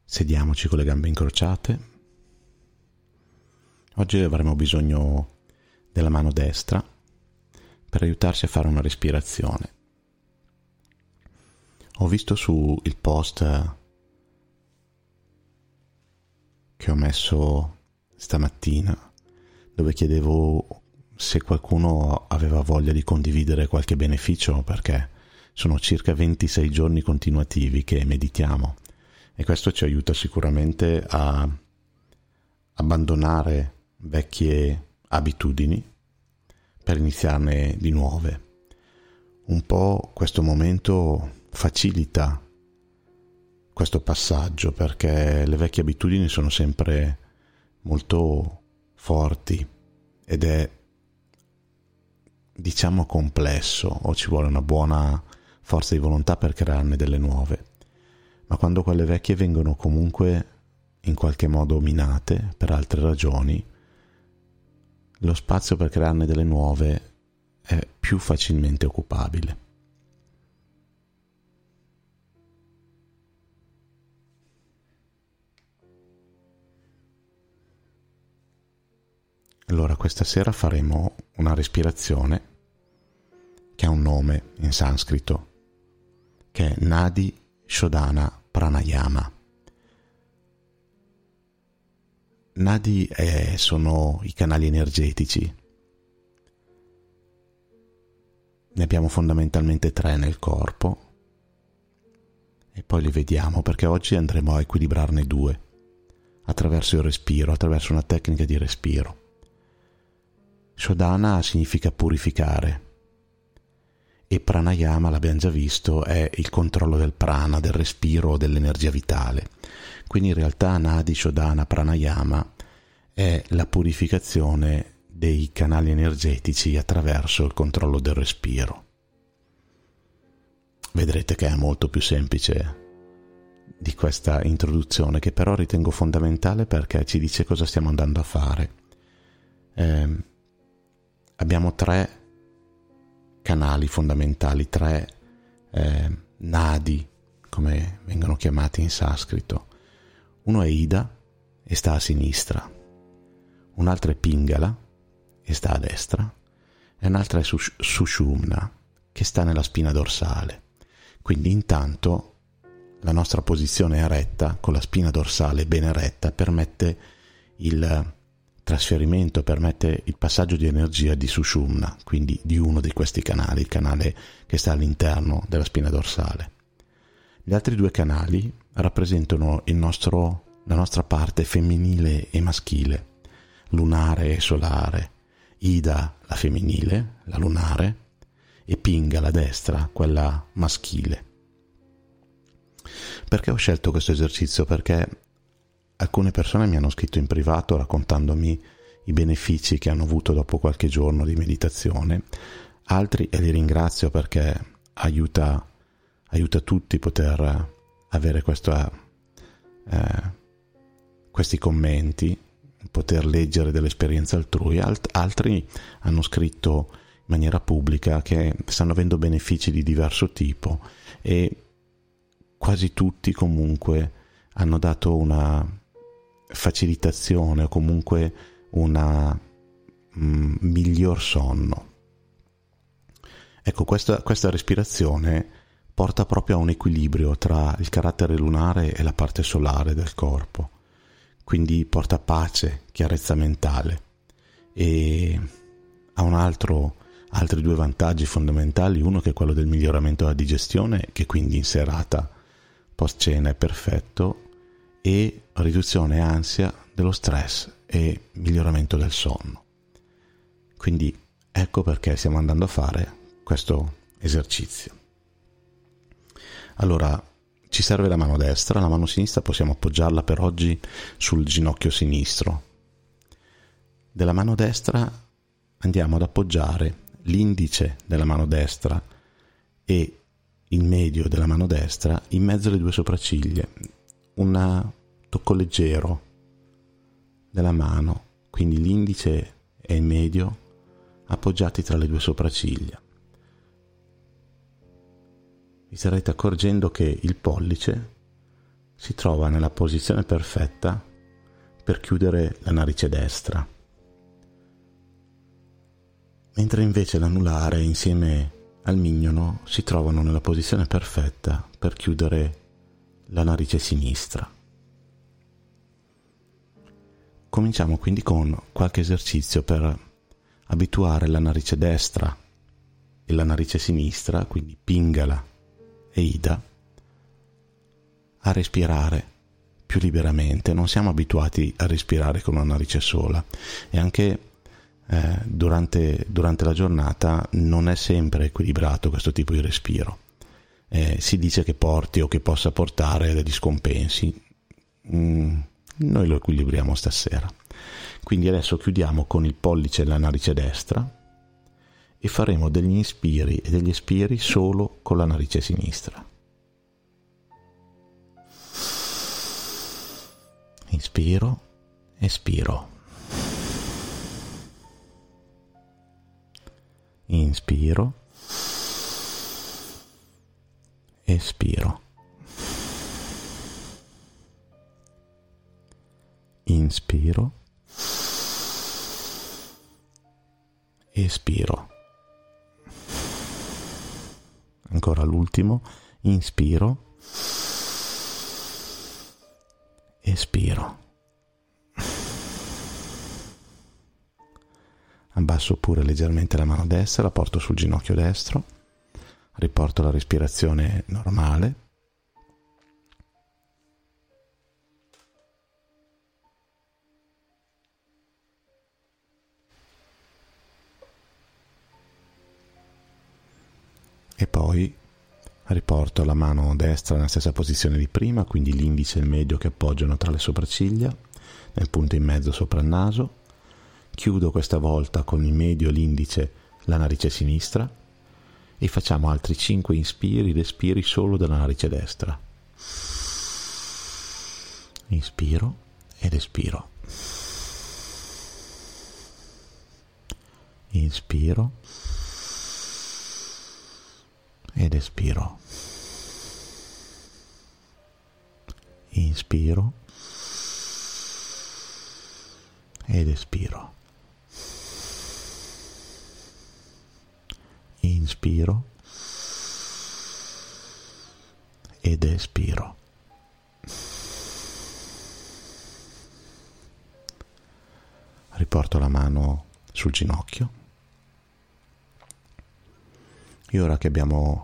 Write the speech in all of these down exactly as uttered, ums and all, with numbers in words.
Sediamoci con le gambe incrociate. Oggi avremo bisogno della mano destra per aiutarci a fare una respirazione. Ho visto su il post che ho messo stamattina, dove chiedevo se qualcuno aveva voglia di condividere qualche beneficio, perché sono circa ventisei giorni continuativi che meditiamo e questo ci aiuta sicuramente a abbandonare vecchie abitudini per iniziarne di nuove. Un po' questo momento facilita questo passaggio, perché le vecchie abitudini sono sempre molto forti ed è, diciamo, complesso, o ci vuole una buona forza di volontà per crearne delle nuove. Ma quando quelle vecchie vengono comunque in qualche modo minate per altre ragioni, lo spazio per crearne delle nuove è più facilmente occupabile. Allora, questa sera faremo una respirazione che ha un nome in sanscrito, che è Nadi Shodhana Pranayama. Nadi è, sono i canali energetici. Ne abbiamo fondamentalmente tre nel corpo e poi li vediamo, perché oggi andremo a equilibrarne due attraverso il respiro, attraverso una tecnica di respiro. Shodhana significa purificare e pranayama, l'abbiamo già visto, è il controllo del prana, del respiro o dell'energia vitale. Quindi in realtà Nadi Shodhana Pranayama è la purificazione dei canali energetici attraverso il controllo del respiro. Vedrete che è molto più semplice di questa introduzione, che però ritengo fondamentale perché ci dice cosa stiamo andando a fare. Eh, abbiamo tre canali fondamentali, tre eh, nadi, come vengono chiamati in sanscrito. Uno è Ida e sta a sinistra, un altro è Pingala e sta a destra, e un'altra è Sush- Sushumna che sta nella spina dorsale. Quindi intanto la nostra posizione eretta, con la spina dorsale ben eretta, permette il trasferimento, permette il passaggio di energia di Sushumna, quindi di uno di questi canali, il canale che sta all'interno della spina dorsale. Gli altri due canali rappresentano il nostro, la nostra parte femminile e maschile, lunare e solare, Ida la femminile, la lunare, e Pinga la destra, quella maschile. Perché ho scelto questo esercizio? Perché alcune persone mi hanno scritto in privato raccontandomi i benefici che hanno avuto dopo qualche giorno di meditazione, altri, e li ringrazio perché aiuta, aiuta tutti poter avere questa, eh, questi commenti, poter leggere dell'esperienza altrui. Alt- altri hanno scritto in maniera pubblica che stanno avendo benefici di diverso tipo e quasi tutti comunque hanno dato una facilitazione o comunque una mm, miglior sonno. Ecco, questa, questa respirazione porta proprio a un equilibrio tra il carattere lunare e la parte solare del corpo, quindi porta pace, chiarezza mentale, e ha un altro, altri due vantaggi fondamentali. Uno che è quello del miglioramento della digestione, che quindi in serata post cena è perfetto, e riduzione ansia, dello stress e miglioramento del sonno. Quindi ecco perché stiamo andando a fare questo esercizio. Allora, ci serve la mano destra, la mano sinistra possiamo appoggiarla per oggi sul ginocchio sinistro. Della mano destra andiamo ad appoggiare l'indice della mano destra e il medio della mano destra in mezzo alle due sopracciglia, un tocco leggero della mano, quindi l'indice e il medio appoggiati tra le due sopracciglia. Vi starete accorgendo che il pollice si trova nella posizione perfetta per chiudere la narice destra, mentre invece l'anulare insieme al mignono si trovano nella posizione perfetta per chiudere la narice sinistra. Cominciamo quindi con qualche esercizio per abituare la narice destra e la narice sinistra, quindi Pingala e Ida, a respirare più liberamente. Non siamo abituati a respirare con una narice sola e anche eh, durante, durante la giornata non è sempre equilibrato questo tipo di respiro. Eh, si dice che porti o che possa portare degli scompensi. Mm, noi lo equilibriamo stasera. Quindi adesso chiudiamo con il pollice la narice destra e faremo degli inspiri e degli espiri solo con la narice sinistra. Inspiro, espiro. Inspiro, espiro. Inspiro, espiro. Ancora l'ultimo, inspiro, espiro. Abbasso pure leggermente la mano destra, la porto sul ginocchio destro, riporto la respirazione normale. E poi riporto la mano destra nella stessa posizione di prima, quindi l'indice e il medio che appoggiano tra le sopracciglia, nel punto in mezzo sopra il naso. Chiudo questa volta con il medio e l'indice la narice sinistra e facciamo altri cinque inspiri ed espiri solo dalla narice destra. Inspiro ed espiro. Inspiro ed espiro. Inspiro ed espiro. Inspiro ed espiro. Riporto la mano sul ginocchio. E ora che abbiamo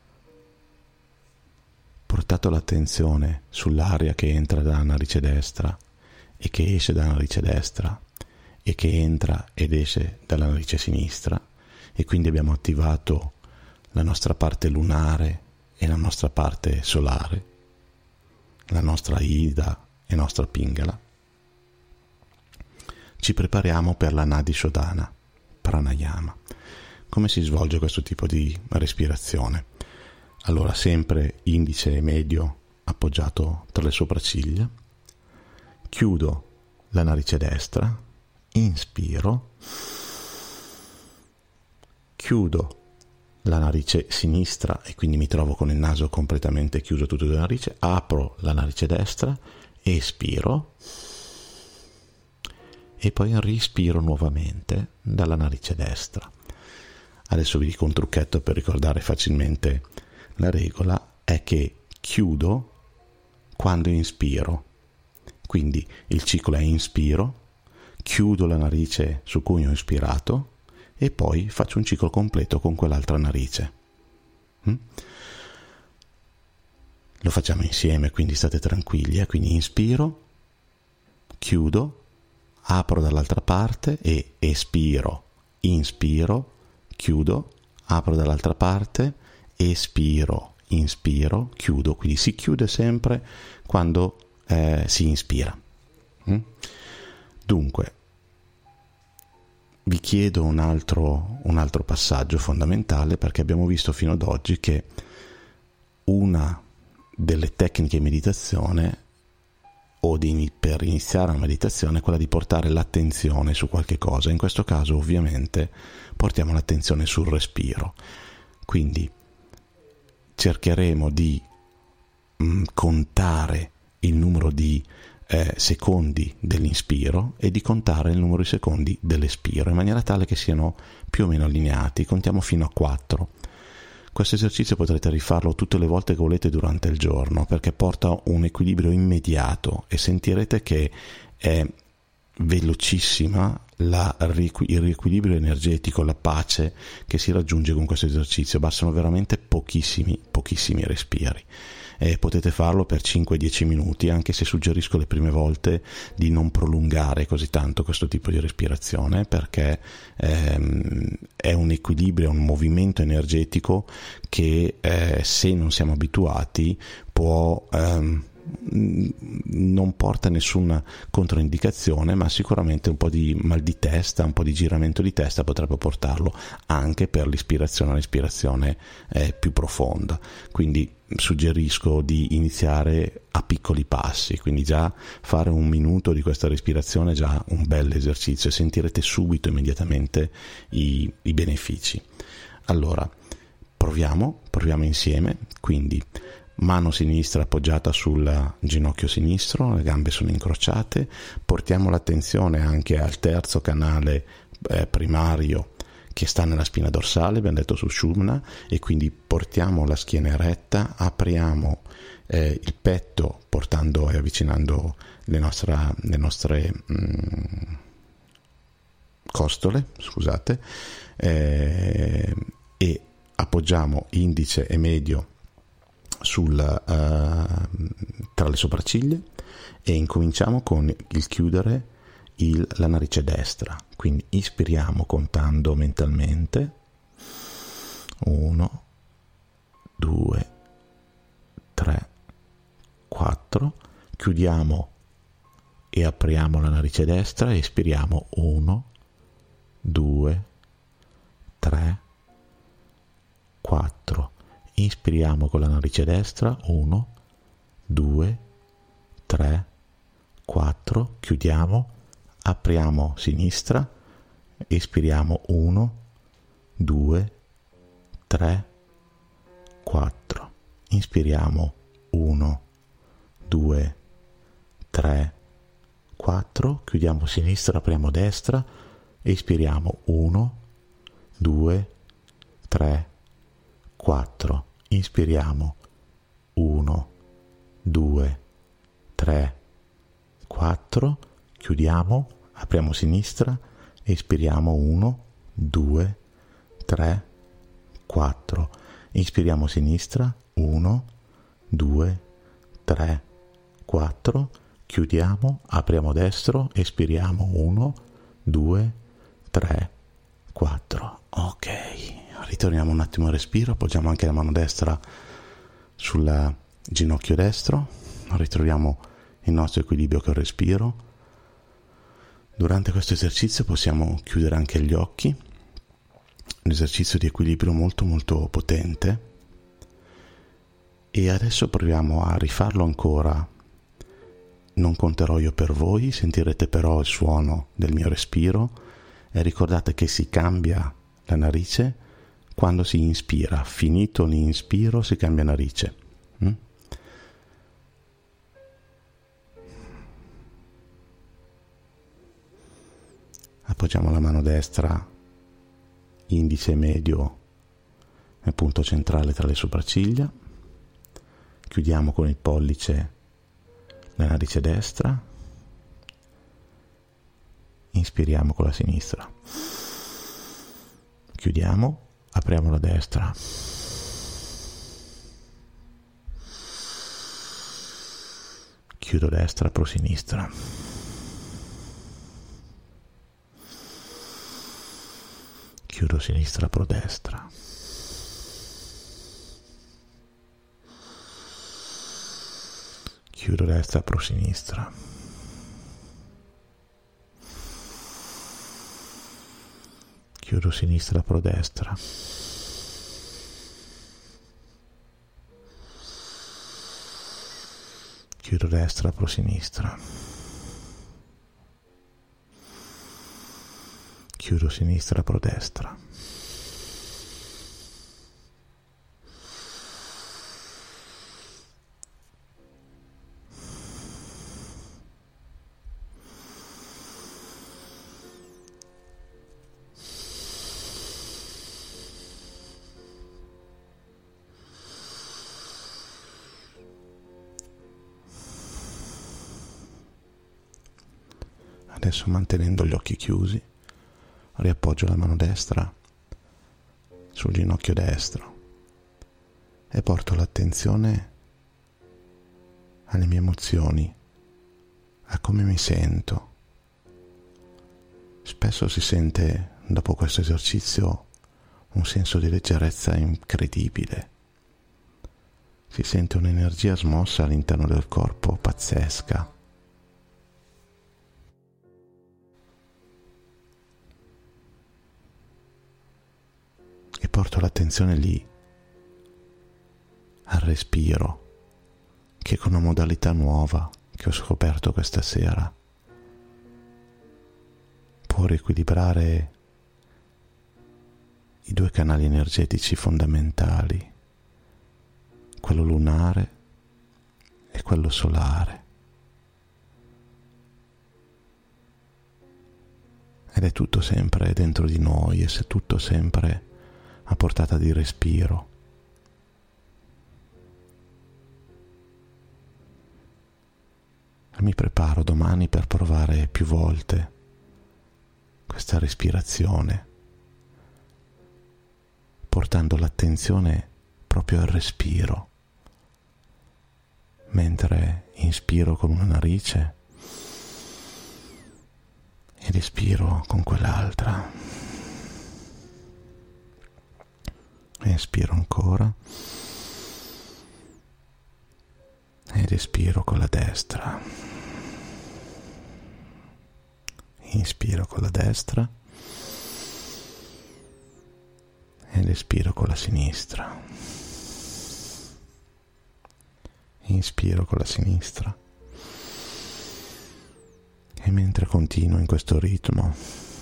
portato l'attenzione sull'aria che entra dalla narice destra e che esce dalla narice destra e che entra ed esce dalla narice sinistra, e quindi abbiamo attivato la nostra parte lunare e la nostra parte solare, la nostra Ida e nostra Pingala, ci prepariamo per la Nadi Shodhana, Pranayama. Come si svolge questo tipo di respirazione? Allora, sempre indice e medio appoggiato tra le sopracciglia, chiudo la narice destra, inspiro, chiudo la narice sinistra e quindi mi trovo con il naso completamente chiuso tutte e due le narici, apro la narice destra, espiro e poi rispiro nuovamente dalla narice destra. Adesso vi dico un trucchetto per ricordare facilmente la regola, è che chiudo quando inspiro, quindi il ciclo è inspiro, chiudo la narice su cui ho ispirato e poi faccio un ciclo completo con quell'altra narice. Mm? Lo facciamo insieme, quindi state tranquilli, eh? Quindi inspiro, chiudo, apro dall'altra parte e espiro, inspiro, chiudo, apro dall'altra parte, espiro, inspiro, chiudo. Quindi si chiude sempre quando eh, si inspira. Mm? Dunque, vi chiedo un altro, un altro passaggio fondamentale, perché abbiamo visto fino ad oggi che una delle tecniche di meditazione o di, per iniziare una meditazione è quella di portare l'attenzione su qualche cosa. In questo caso ovviamente portiamo l'attenzione sul respiro, quindi cercheremo di mh, contare il numero di eh, secondi dell'inspiro e di contare il numero di secondi dell'espiro, in maniera tale che siano più o meno allineati. Contiamo fino a quattro. Questo esercizio potrete rifarlo tutte le volte che volete durante il giorno, perché porta un equilibrio immediato e sentirete che è velocissima la, il riequilibrio energetico, la pace che si raggiunge con questo esercizio. Bastano veramente pochissimi, pochissimi respiri. E potete farlo per cinque dieci minuti, anche se suggerisco le prime volte di non prolungare così tanto questo tipo di respirazione, perché ehm, è un equilibrio, è un movimento energetico che eh, se non siamo abituati può ehm, non porta nessuna controindicazione, ma sicuramente un po' di mal di testa, un po' di giramento di testa potrebbe portarlo, anche per l'ispirazione all'ispirazione eh, più profonda. Quindi suggerisco di iniziare a piccoli passi, quindi già fare un minuto di questa respirazione è già un bel esercizio e sentirete subito, immediatamente i, i benefici. Allora, proviamo, proviamo insieme. Quindi mano sinistra appoggiata sul ginocchio sinistro, le gambe sono incrociate, portiamo l'attenzione anche al terzo canale eh, primario che sta nella spina dorsale, abbiamo detto su Sushumna, e quindi portiamo la schiena eretta, apriamo eh, il petto portando e avvicinando le nostre, le nostre mh, costole, scusate, eh, e appoggiamo indice e medio sul, uh, tra le sopracciglia e incominciamo con il chiudere il, la narice destra. Quindi ispiriamo contando mentalmente uno, due, tre, quattro, chiudiamo e apriamo la narice destra e espiriamo uno, due, tre, quattro. Inspiriamo con la narice destra, uno, due, tre, quattro, chiudiamo, apriamo sinistra, espiriamo uno, due, tre, quattro, inspiriamo uno, due, tre, quattro, chiudiamo sinistra, apriamo destra, espiriamo uno, due, tre, quattro, inspiriamo uno, due, tre, quattro, chiudiamo, apriamo sinistra, espiriamo uno, due, tre, quattro, inspiriamo sinistra, uno, due, tre, quattro, chiudiamo, apriamo destro, espiriamo uno, due, tre, quattro. Ok, ritorniamo un attimo al respiro, appoggiamo anche la mano destra sul ginocchio destro, ritroviamo il nostro equilibrio col respiro. Durante questo esercizio possiamo chiudere anche gli occhi, un esercizio di equilibrio molto molto potente. E adesso proviamo a rifarlo ancora. Non conterò io per voi, sentirete però il suono del mio respiro e ricordate che si cambia la narice quando si inspira. Finito l'inspiro si cambia narice. Mm? Appoggiamo la mano destra, indice medio nel punto centrale tra le sopracciglia. Chiudiamo con il pollice la narice destra. Inspiriamo con la sinistra. Chiudiamo, apriamo la destra. Chiudo destra, apro sinistra. Chiudo sinistra, apro destra. Chiudo destra, apro sinistra. Chiudo sinistra, apro destra. Chiudo destra, apro sinistra. Chiudo sinistra, apro destra. Adesso, mantenendo gli occhi chiusi, riappoggio la mano destra sul ginocchio destro e porto l'attenzione alle mie emozioni, a come mi sento. Spesso si sente, dopo questo esercizio, un senso di leggerezza incredibile. Si sente un'energia smossa all'interno del corpo pazzesca. E porto l'attenzione lì, al respiro, che è una modalità nuova che ho scoperto questa sera. Può riequilibrare i due canali energetici fondamentali, quello lunare e quello solare. Ed è tutto sempre dentro di noi, e è tutto sempre a portata di respiro. Mi preparo domani per provare più volte questa respirazione, portando l'attenzione proprio al respiro, mentre inspiro con una narice ed espiro con quell'altra. Espiro ancora ed espiro con la destra. Inspiro con la destra ed espiro con la sinistra. Inspiro con la sinistra. E mentre continuo in questo ritmo,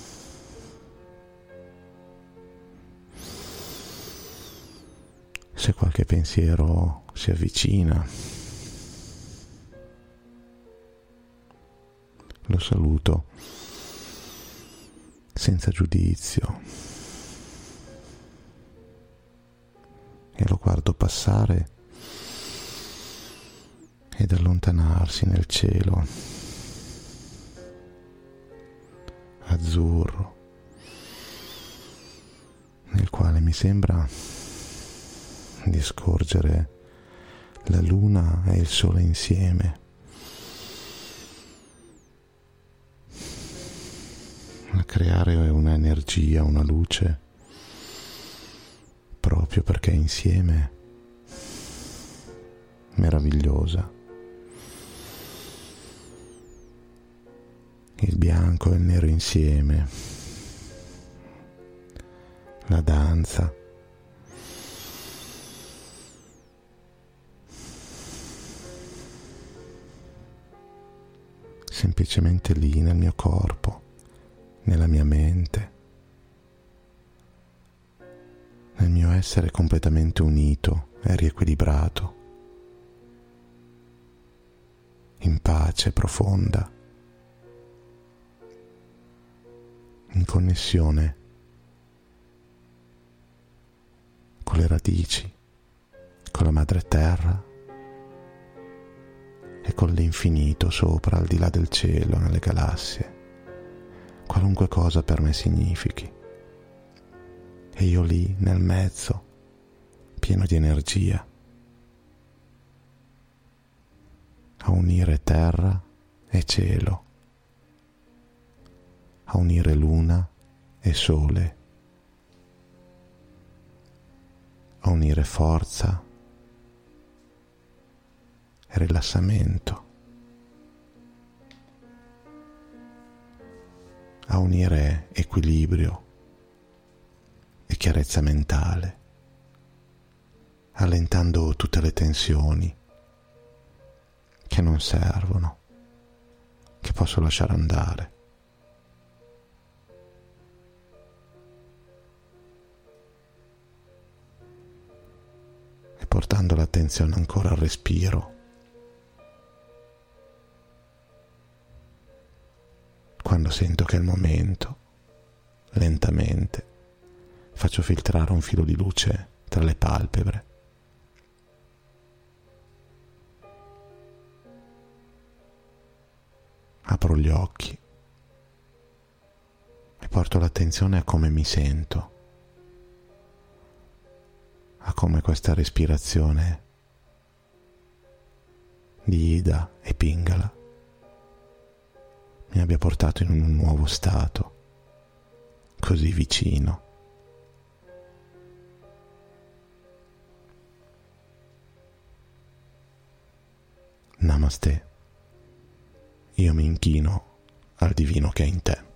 se qualche pensiero si avvicina, lo saluto senza giudizio e lo guardo passare ed allontanarsi nel cielo azzurro, nel quale mi sembra di scorgere la luna e il sole insieme, a creare un'energia, una luce, proprio perché insieme meravigliosa. Il bianco e il nero insieme, la danza, semplicemente lì nel mio corpo, nella mia mente, nel mio essere completamente unito e riequilibrato, in pace profonda, in connessione con le radici, con la madre terra e con l'infinito sopra, al di là del cielo, nelle galassie, qualunque cosa per me significhi. E io lì nel mezzo, pieno di energia, a unire terra e cielo, a unire luna e sole, a unire forza e rilassamento, a unire equilibrio e chiarezza mentale, allentando tutte le tensioni che non servono, che posso lasciare andare. E portando l'attenzione ancora al respiro, quando sento che è il momento, lentamente faccio filtrare un filo di luce tra le palpebre. Apro gli occhi porto l'attenzione a come mi sento, a come questa respirazione di Ida e Pingala mi abbia portato in un nuovo stato, così vicino. Namaste. Io mi inchino al divino che è in te.